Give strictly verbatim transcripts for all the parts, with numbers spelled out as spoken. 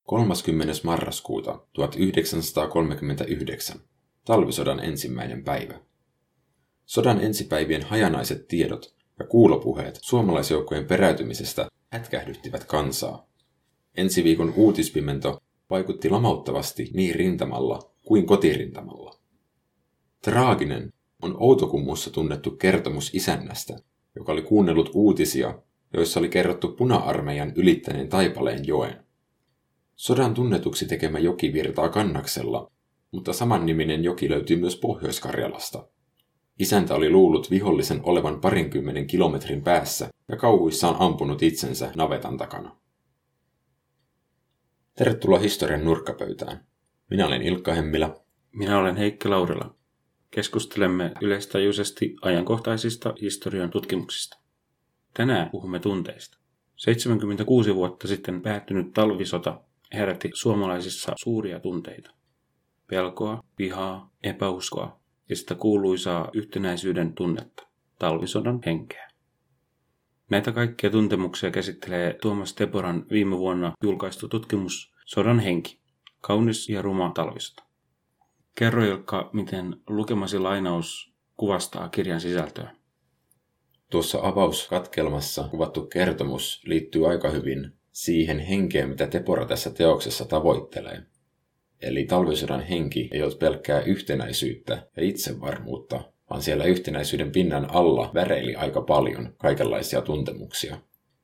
kolmaskymmenes marraskuuta tuhatyhdeksänsataakolmekymmentäyhdeksän. Talvisodan ensimmäinen päivä. Sodan ensipäivien hajanaiset tiedot ja kuulopuheet suomalaisjoukkojen peräytymisestä hätkähdyttivät kansaa. Ensi viikon uutispimento vaikutti lamauttavasti niin rintamalla kuin kotirintamalla. Traaginen on Outokummussa tunnettu kertomus isännästä, joka oli kuunnellut uutisia, joissa oli kerrottu Puna-armeijan ylittäneen Taipaleen joen. Sodan tunnetuksi tekemä joki virtaa Kannaksella, mutta samanniminen joki löytyy myös Pohjois-Karjalasta. Isäntä oli luullut vihollisen olevan parinkymmenen kilometrin päässä ja kauhuissaan ampunut itsensä navetan takana. Tervetuloa historian nurkkapöytään. Minä olen Ilkka Hemmilä. Minä olen Heikki Laurila. Keskustelemme yleistajuisesti ajankohtaisista historian tutkimuksista. Tänään puhumme tunteista. seitsemänkymmentäkuusi vuotta sitten päättynyt talvisota herätti suomalaisissa suuria tunteita. Pelkoa, vihaa, epäuskoa ja sitä kuuluisaa yhtenäisyyden tunnetta, talvisodan henkeä. Näitä kaikkia tuntemuksia käsittelee Tuomas Teboran viime vuonna julkaistu tutkimus Sodan henki, kaunis ja ruma talvisota. Kerro Ilkka, miten lukemasi lainaus kuvastaa kirjan sisältöä. Tuossa avauskatkelmassa kuvattu kertomus liittyy aika hyvin siihen henkeen, mitä Tebora tässä teoksessa tavoittelee. Eli talvisodan henki ei ole pelkkää yhtenäisyyttä ja itsevarmuutta, vaan siellä yhtenäisyyden pinnan alla väreili aika paljon kaikenlaisia tuntemuksia.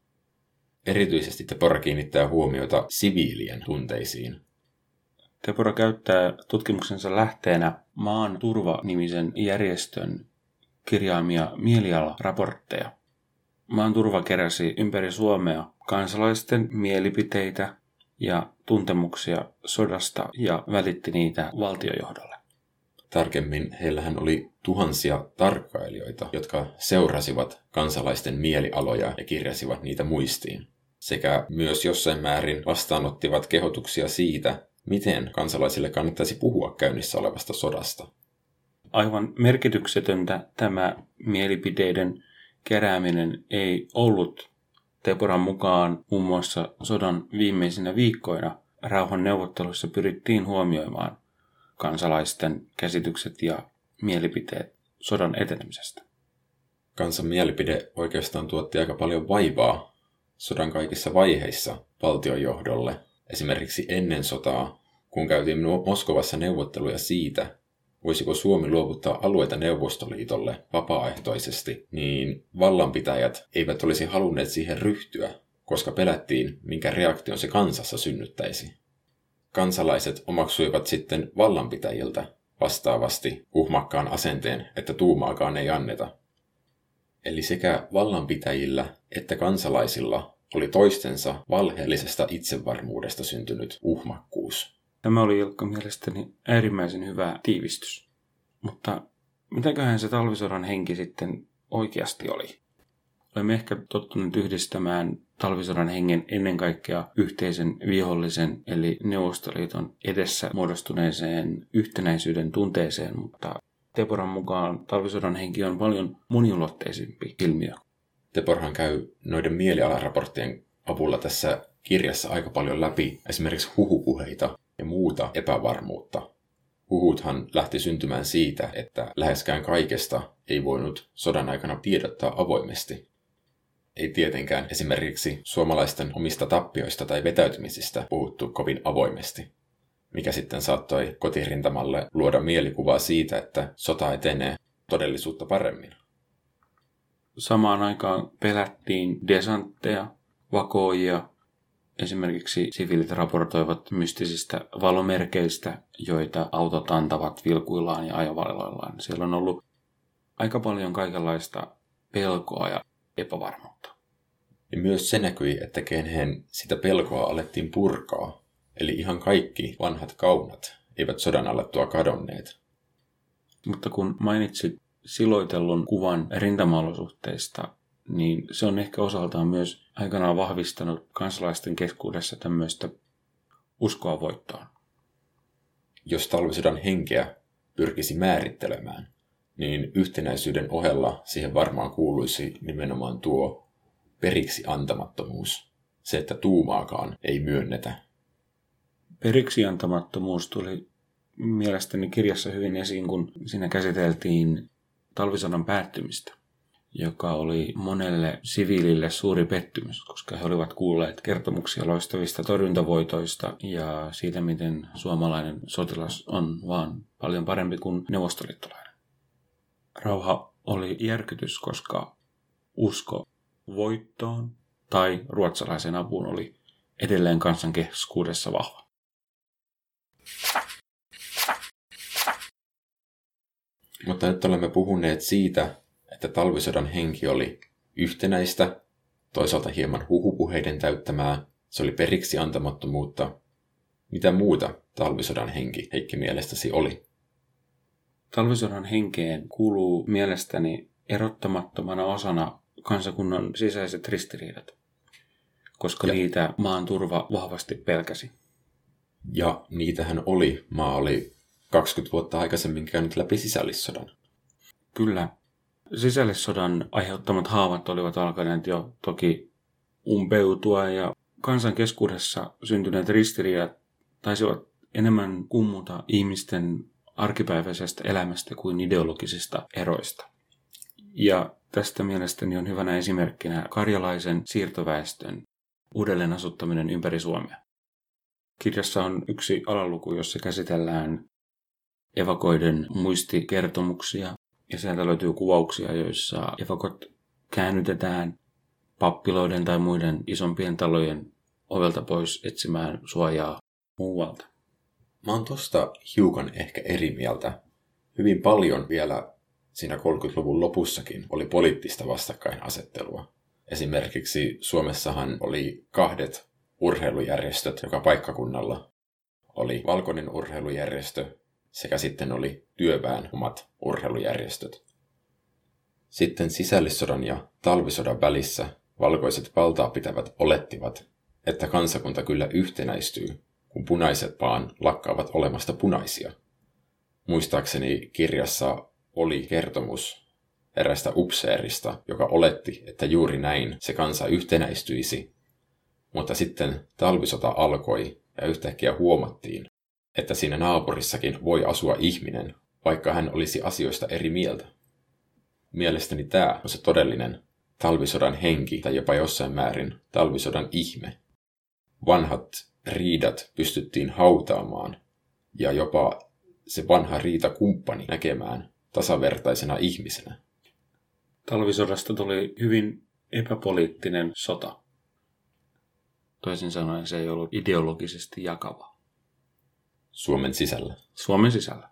Erityisesti Tebora kiinnittää huomiota siviilien tunteisiin. Tebora käyttää tutkimuksensa lähteenä Maan turva-nimisen järjestön kirjaamia mielialaraportteja. Maan turva keräsi ympäri Suomea kansalaisten mielipiteitä ja tuntemuksia sodasta ja välitti niitä valtiojohdolle. Tarkemmin heillähän oli tuhansia tarkkailijoita, jotka seurasivat kansalaisten mielialoja ja kirjasivat niitä muistiin. Sekä myös jossain määrin vastaanottivat kehotuksia siitä, miten kansalaisille kannattaisi puhua käynnissä olevasta sodasta. Aivan merkityksetöntä tämä mielipiteiden kerääminen ei ollut. Teboran mukaan muun muassa sodan viimeisinä viikkoina rauhan neuvotteluissa pyrittiin huomioimaan kansalaisten käsitykset ja mielipiteet sodan etenemisestä. Kansan mielipide oikeastaan tuotti aika paljon vaivaa sodan kaikissa vaiheissa valtionjohdolle. Esimerkiksi ennen sotaa, kun käytiin Moskovassa neuvotteluja siitä, voisiko Suomi luovuttaa alueita Neuvostoliitolle vapaaehtoisesti, niin vallanpitäjät eivät olisi halunneet siihen ryhtyä, koska pelättiin, minkä reaktion se kansassa synnyttäisi. Kansalaiset omaksuivat sitten vallanpitäjiltä vastaavasti uhmakkaan asenteen, että tuumaakaan ei anneta. Eli sekä vallanpitäjillä että kansalaisilla oli toistensa valheellisesta itsevarmuudesta syntynyt uhmakkuus. Tämä oli Ilkka mielestäni äärimmäisen hyvä tiivistys. Mutta mitäköhän se talvisodan henki sitten oikeasti oli? Olemme ehkä tottuneet yhdistämään talvisodan hengen ennen kaikkea yhteisen vihollisen eli Neuvostoliiton edessä muodostuneeseen yhtenäisyyden tunteeseen, mutta Teboran mukaan talvisodan henki on paljon moniulotteisempi ilmiö. Teborhan käy noiden mielialaraporttien avulla tässä kirjassa aika paljon läpi esimerkiksi huhupuheita ja muuta epävarmuutta. Huhuthan lähti syntymään siitä, että läheskään kaikesta ei voinut sodan aikana tiedottaa avoimesti. Ei tietenkään esimerkiksi suomalaisten omista tappioista tai vetäytymisistä puhuttu kovin avoimesti, mikä sitten saattoi kotirintamalle luoda mielikuvaa siitä, että sota etenee todellisuutta paremmin. Samaan aikaan pelättiin desantteja, vakoojia. Esimerkiksi siviilit raportoivat mystisistä valomerkeistä, joita autot antavat vilkuillaan ja ajovaloillaan. Siellä on ollut aika paljon kaikenlaista pelkoa ja epävarmuutta. Ja myös se näkyi, että kehen sitä pelkoa alettiin purkaa. Eli ihan kaikki vanhat kaunat eivät sodan alettua kadonneet. Mutta kun mainitsit siloitellun kuvan rintamaolosuhteista, niin se on ehkä osaltaan myös aikanaan vahvistanut kansalaisten keskuudessa tämmöistä uskoa voittoon. Jos talvisodan henkeä pyrkisi määrittelemään, niin yhtenäisyyden ohella siihen varmaan kuuluisi nimenomaan tuo periksi antamattomuus. Se, että tuumaakaan ei myönnetä. Periksiantamattomuus tuli mielestäni kirjassa hyvin esiin, kun siinä käsiteltiin talvisodan päättymistä, joka oli monelle siviilille suuri pettymys, koska he olivat kuulleet kertomuksia loistavista torjuntavoitoista ja siitä, miten suomalainen sotilas on vaan paljon parempi kuin neuvostoliittolainen. Rauha oli järkytys, koska usko voittoon tai ruotsalaisen apuun oli edelleen kansan keskuudessa vahva. Mutta nyt olemme puhuneet siitä, että talvisodan henki oli yhtenäistä, toisaalta hieman huhupuheiden täyttämää, se oli periksi antamattomuutta. Mitä muuta talvisodan henki Heikki mielestäsi oli? Talvisodan henkeen kuuluu mielestäni erottamattomana osana kansakunnan sisäiset ristiriidat, koska ja. niitä maan turva vahvasti pelkäsi. Ja niitähän oli. Maa oli kaksikymmentä vuotta aikaisemmin käynyt läpi sisällissodan. Kyllä. Sisällissodan aiheuttamat haavat olivat alkaneet jo toki umpeutua ja kansan keskuudessa syntyneet ristiriidat taisivat enemmän kummuta ihmisten arkipäiväisestä elämästä kuin ideologisista eroista. Ja tästä mielestäni on hyvänä esimerkkinä karjalaisen siirtoväestön uudelleen asuttaminen ympäri Suomea. Kirjassa on yksi alaluku, jossa käsitellään evakoiden muistikertomuksia, ja sieltä löytyy kuvauksia, joissa evakot käännytetään pappiloiden tai muiden isompien talojen ovelta pois etsimään suojaa muualta. Mä oon tosta hiukan ehkä eri mieltä. Hyvin paljon vielä siinä kolmekymmentäluvun lopussakin oli poliittista vastakkainasettelua. Esimerkiksi Suomessahan oli kahdet urheilujärjestöt joka paikkakunnalla. Oli valkoinen urheilujärjestö sekä sitten oli työväen omat urheilujärjestöt. Sitten sisällissodan ja talvisodan välissä valkoiset valtaa pitävät olettivat, että kansakunta kyllä yhtenäistyy, kun punaiset vaan lakkaavat olemasta punaisia. Muistaakseni kirjassa oli kertomus erästä upseerista, joka oletti, että juuri näin se kansa yhtenäistyisi, mutta sitten talvisota alkoi ja yhtäkkiä huomattiin, että siinä naapurissakin voi asua ihminen, vaikka hän olisi asioista eri mieltä. Mielestäni tämä on se todellinen talvisodan henki tai jopa jossain määrin talvisodan ihme. Vanhat riidat pystyttiin hautaamaan ja jopa se vanha riitakumppani näkemään tasavertaisena ihmisenä. Talvisodasta tuli hyvin epäpoliittinen sota. Toisin sanoen se ei ollut ideologisesti jakava. Suomen sisällä. Suomen sisällä.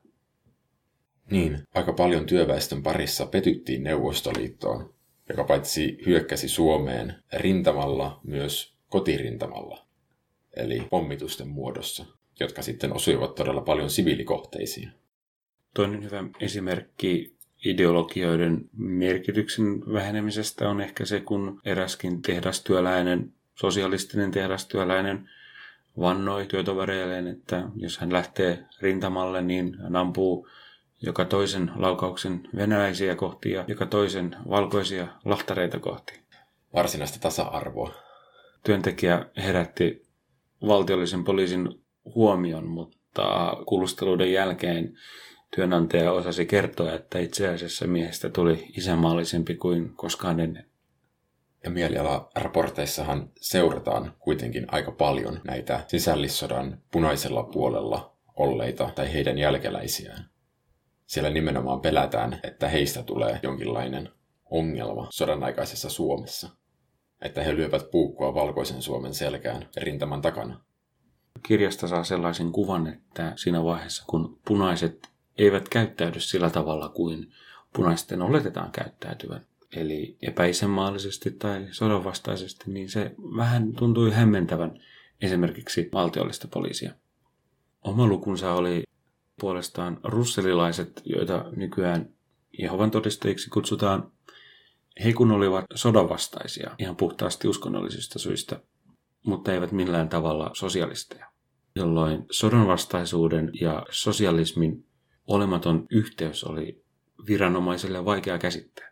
Niin, aika paljon työväestön parissa petyttiin Neuvostoliittoon, joka paitsi hyökkäsi Suomeen rintamalla myös kotirintamalla, eli pommitusten muodossa, jotka sitten osuivat todella paljon siviilikohteisiin. Toinen hyvä esimerkki ideologioiden merkityksen vähenemisestä on ehkä se, kun eräskin tehdastyöläinen, sosialistinen tehdastyöläinen vannoi työtovereilleen, että jos hän lähtee rintamalle, niin hän ampuu joka toisen laukauksen venäläisiä kohti ja joka toisen valkoisia lahtareita kohti. Varsinaista tasa-arvoa. Työntekijä herätti valtiollisen poliisin huomion, mutta kuulusteluiden jälkeen työnantaja osasi kertoa, että itse asiassa miehestä tuli isänmaallisempi kuin koskaan ennen. Ja mielialaraporteissahan seurataan kuitenkin aika paljon näitä sisällissodan punaisella puolella olleita tai heidän jälkeläisiään. Siellä nimenomaan pelätään, että heistä tulee jonkinlainen ongelma sodan aikaisessa Suomessa. Että he lyövät puukkua valkoisen Suomen selkään rintaman takana. Kirjasta saa sellaisen kuvan, että siinä vaiheessa kun punaiset eivät käyttäydy sillä tavalla kuin punaisten oletetaan käyttäytyvän, eli epäisänmaallisesti tai sodanvastaisesti, niin se vähän tuntui hämmentävän esimerkiksi valtiollista poliisia. Oma lukunsa oli puolestaan russelilaiset, joita nykyään Jehovan todistajiksi kutsutaan. He kun olivat sodanvastaisia ihan puhtaasti uskonnollisista syistä, mutta eivät millään tavalla sosialisteja, jolloin sodanvastaisuuden ja sosialismin olematon yhteys oli viranomaisille vaikea käsittää.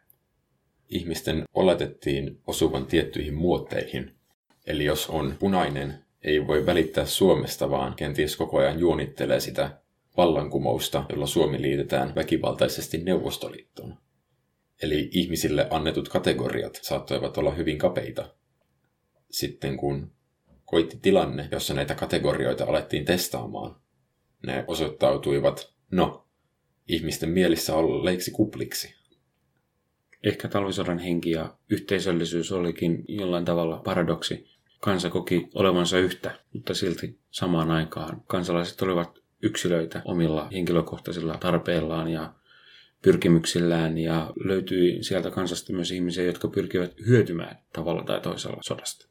Ihmisten oletettiin osuvan tiettyihin muotteihin. Eli jos on punainen ei voi välittää Suomesta, vaan kenties koko ajan juonittelee sitä vallankumousta, jolla Suomi liitetään väkivaltaisesti Neuvostoliittoon. Eli ihmisille annetut kategoriat saattoivat olla hyvin kapeita. Sitten kun koitti tilanne, jossa näitä kategorioita alettiin testaamaan, ne osoittautuivat, no, ihmisten mielissä olleiksi kupliksi. Ehkä talvisodan henki ja yhteisöllisyys olikin jollain tavalla paradoksi. Kansa koki olevansa yhtä, mutta silti samaan aikaan kansalaiset olivat yksilöitä omilla henkilökohtaisilla tarpeillaan ja pyrkimyksillään, ja löytyi sieltä kansasta myös ihmisiä, jotka pyrkivät hyötymään tavalla tai toisella sodasta.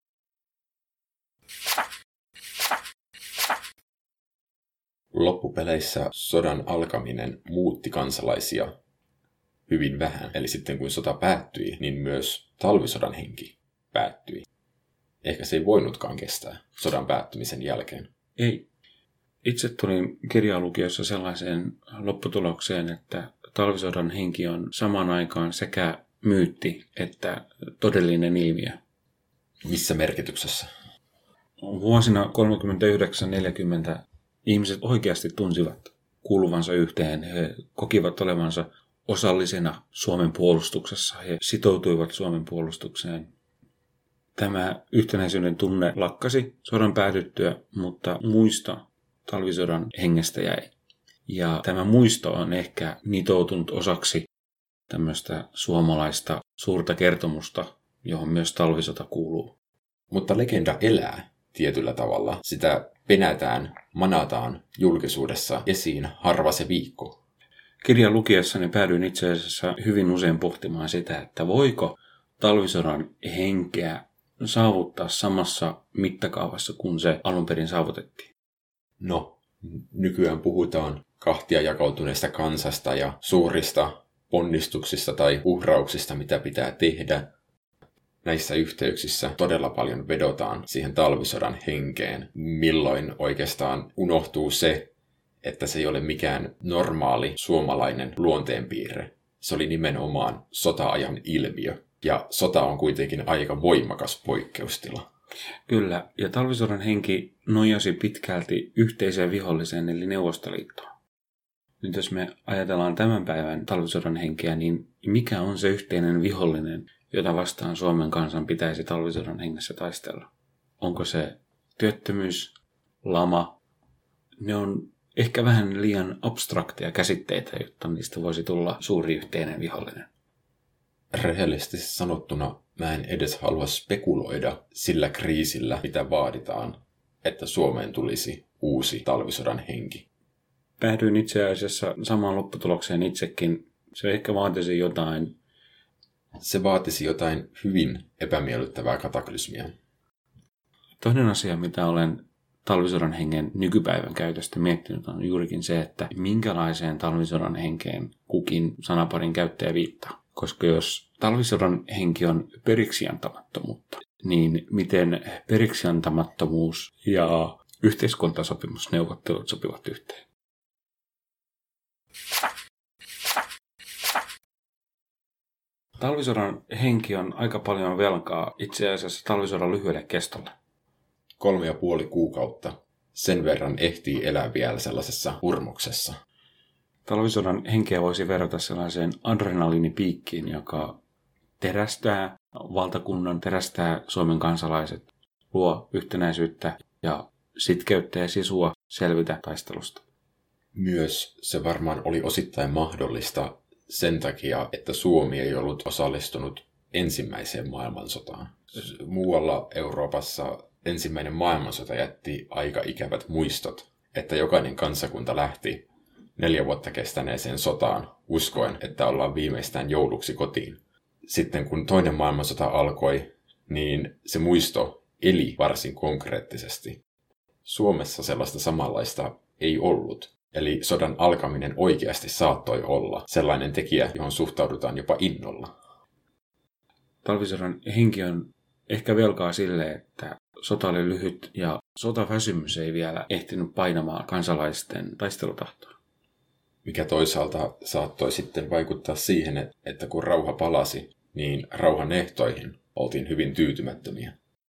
Loppupeleissä sodan alkaminen muutti kansalaisia hyvin vähän. Eli sitten kun sota päättyi, niin myös talvisodan henki päättyi. Ehkä se ei voinutkaan kestää sodan päättymisen jälkeen. Ei. Itse tulin kirjaa lukiessa sellaiseen lopputulokseen, että talvisodan henki on samaan aikaan sekä myytti että todellinen ilmiö. Missä merkityksessä? Vuosina kolmekymmentäyhdeksän neljäkymmentä ihmiset oikeasti tunsivat kuuluvansa yhteen. He kokivat olevansa osallisena Suomen puolustuksessa. He sitoutuivat Suomen puolustukseen. Tämä yhtenäisyyden tunne lakkasi sodan päätyttyä, mutta muisto talvisodan hengestä jäi. Ja tämä muisto on ehkä nitoutunut osaksi tämmöistä suomalaista suurta kertomusta, johon myös talvisota kuuluu. Mutta legenda elää tietyllä tavalla. Sitä penätään, manataan julkisuudessa esiin harva se viikko. Kirjan lukiessani päädyin itse asiassa hyvin usein pohtimaan sitä, että voiko talvisodan henkeä saavuttaa samassa mittakaavassa kuin se alun perin saavutettiin. No, nykyään puhutaan kahtia jakautuneesta kansasta ja suurista ponnistuksista tai uhrauksista, mitä pitää tehdä. Näissä yhteyksissä todella paljon vedotaan siihen talvisodan henkeen, milloin oikeastaan unohtuu se, että se ei ole mikään normaali suomalainen luonteenpiirre. Se oli nimenomaan sota-ajan ilmiö, ja sota on kuitenkin aika voimakas poikkeustila. Kyllä, ja talvisodan henki nojasi pitkälti yhteiseen viholliseen eli Neuvostoliittoon. Nyt jos me ajatellaan tämän päivän talvisodan henkeä, niin mikä on se yhteinen vihollinen, jota vastaan Suomen kansan pitäisi talvisodan hengessä taistella? Onko se työttömyys, lama? Ne on ehkä vähän liian abstrakteja käsitteitä, jotta niistä voisi tulla suuri yhteinen vihollinen. Rehellisesti sanottuna mä en edes halua spekuloida sillä kriisillä, mitä vaaditaan, että Suomeen tulisi uusi talvisodan henki. Päädyin itse asiassa samaan lopputulokseen itsekin. Se ehkä vaatisi jotain. Se vaatisi jotain hyvin epämiellyttävää kataklysmia. Toinen asia, mitä olen talvisodan hengen nykypäivän käytöstä miettinyt, on juurikin se, että minkälaiseen talvisodan henkeen kukin sanaparin käyttäjä viittaa. Koska jos talvisodan henki on periksiantamattomuutta, niin miten periksiantamattomuus ja yhteiskuntasopimusneuvottelut sopivat yhteen? Talvisodan henki on aika paljon velkaa itse asiassa talvisodan lyhyelle kestolle. Kolme ja puoli kuukautta. Sen verran ehtii elää vielä sellaisessa hurmoksessa. Talvisodan henkeä voisi verrata sellaiseen adrenaliinipiikkiin, joka terästää valtakunnan, terästää Suomen kansalaiset, luo yhtenäisyyttä ja sitkeyttä ja sisua selvitä taistelusta. Myös se varmaan oli osittain mahdollista sen takia, että Suomi ei ollut osallistunut ensimmäiseen maailmansotaan. Muualla Euroopassa ensimmäinen maailmansota jätti aika ikävät muistot, että jokainen kansakunta lähti neljä vuotta kestäneeseen sotaan uskoen, että ollaan viimeistään jouluksi kotiin. Sitten kun toinen maailmansota alkoi, niin se muisto eli varsin konkreettisesti. Suomessa sellaista samanlaista ei ollut. Eli sodan alkaminen oikeasti saattoi olla sellainen tekijä, johon suhtaudutaan jopa innolla. Talvisodan henki on ehkä velkaa sille, että sota oli lyhyt ja sotaväsymys ei vielä ehtinyt painamaan kansalaisten taistelutahtoa. Mikä toisaalta saattoi sitten vaikuttaa siihen, että kun rauha palasi, niin rauhan ehtoihin oltiin hyvin tyytymättömiä.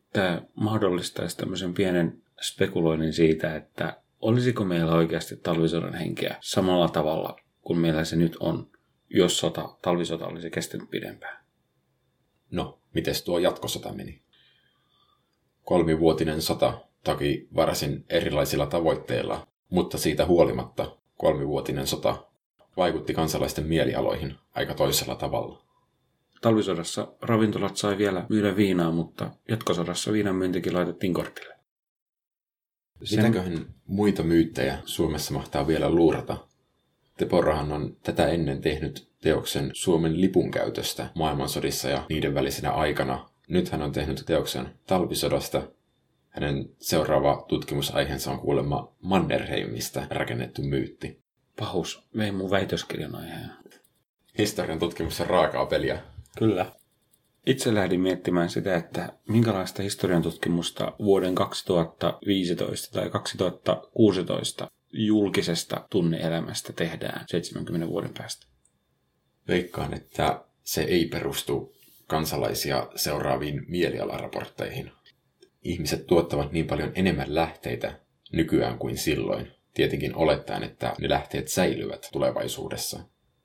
Tämä mahdollistaisi tämmöisen pienen spekuloinnin siitä, että olisiko meillä oikeasti talvisodan henkeä samalla tavalla kuin meillä se nyt on, jos sota, talvisota olisi kestänyt pidempään. No, mites tuo jatkosota meni? Kolmivuotinen sota toki varsin erilaisilla tavoitteilla, mutta siitä huolimatta kolmivuotinen sota vaikutti kansalaisten mielialoihin aika toisella tavalla. Talvisodassa ravintolat sai vielä myydä viinaa, mutta jatkosodassa viinan myyntikin laitettiin kortille. Sen... Mitäköhän muita myyttejä Suomessa mahtaa vielä luurata? Teporahan on tätä ennen tehnyt teoksen Suomen lipun käytöstä maailmansodissa ja niiden välisenä aikana. Nyt hän on tehnyt teoksen talvisodasta. Hänen seuraava tutkimusaiheensa on kuulemma Mannerheimista rakennettu myytti. Pahus vei mun väitöskirjan aiheen. Historian tutkimus on raakaa peliä. Kyllä. Itse lähdin miettimään sitä, että minkälaista historian tutkimusta vuoden kaksituhattaviisitoista tai kaksituhattakuusitoista julkisesta tunne-elämästä tehdään seitsemänkymmenen vuoden päästä. Veikkaan, että se ei perustu kansalaisia seuraaviin mielialaraportteihin. Ihmiset tuottavat niin paljon enemmän lähteitä nykyään kuin silloin, tietenkin olettaen, että ne lähteet säilyvät tulevaisuudessa.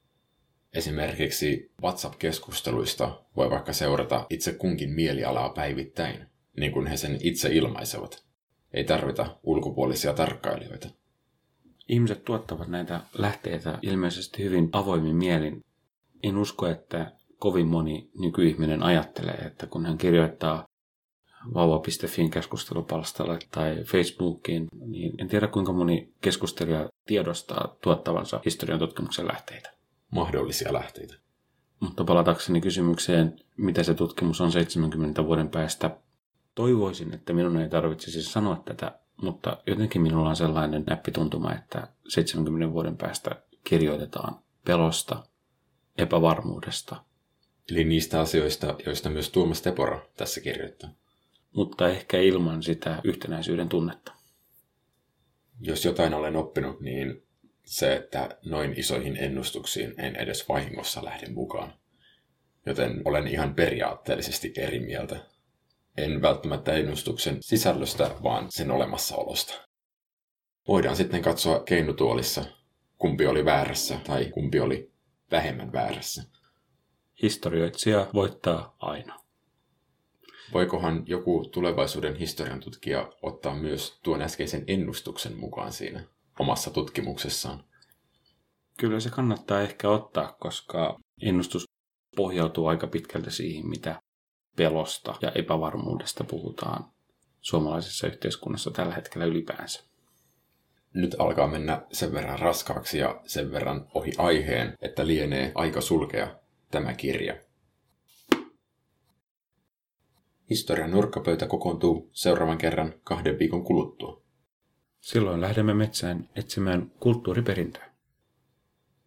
Esimerkiksi WhatsApp-keskusteluista voi vaikka seurata itse kunkin mielialaa päivittäin, niin kuin he sen itse ilmaisevat. Ei tarvita ulkopuolisia tarkkailijoita. Ihmiset tuottavat näitä lähteitä ilmeisesti hyvin avoimin mielin. En usko, että kovin moni nykyihminen ajattelee, että kun hän kirjoittaa vauva piste fin keskustelupalstalle tai Facebookiin, niin en tiedä kuinka moni keskustelija tiedostaa tuottavansa historian tutkimuksen lähteitä. Mahdollisia lähteitä. Mutta palatakseni kysymykseen, mitä se tutkimus on seitsemänkymmentä vuoden päästä, toivoisin, että minun ei tarvitsisi sanoa tätä, mutta jotenkin minulla on sellainen näppituntuma, että seitsemänkymmenen vuoden päästä kirjoitetaan pelosta, epävarmuudesta. Eli niistä asioista, joista myös Tuomas Tepora tässä kirjoittaa. Mutta ehkä ilman sitä yhtenäisyyden tunnetta. Jos jotain olen oppinut, niin se, että noin isoihin ennustuksiin en edes vahingossa lähde mukaan. Joten olen ihan periaatteellisesti eri mieltä. En välttämättä ennustuksen sisällöstä, vaan sen olemassaolosta. Voidaan sitten katsoa keinutuolissa, kumpi oli väärässä tai kumpi oli vähemmän väärässä. Historioitsija voittaa aina. Voikohan joku tulevaisuuden historian tutkija ottaa myös tuon äskeisen ennustuksen mukaan siinä omassa tutkimuksessaan? Kyllä se kannattaa ehkä ottaa, koska ennustus pohjautuu aika pitkälti siihen, mitä pelosta ja epävarmuudesta puhutaan suomalaisessa yhteiskunnassa tällä hetkellä ylipäänsä. Nyt alkaa mennä sen verran raskaaksi ja sen verran ohi aiheen, että lienee aika sulkea tämä kirja. Historian nurkkapöytä kokoontuu seuraavan kerran kahden viikon kuluttua. Silloin lähdemme metsään etsimään kulttuuriperintöä.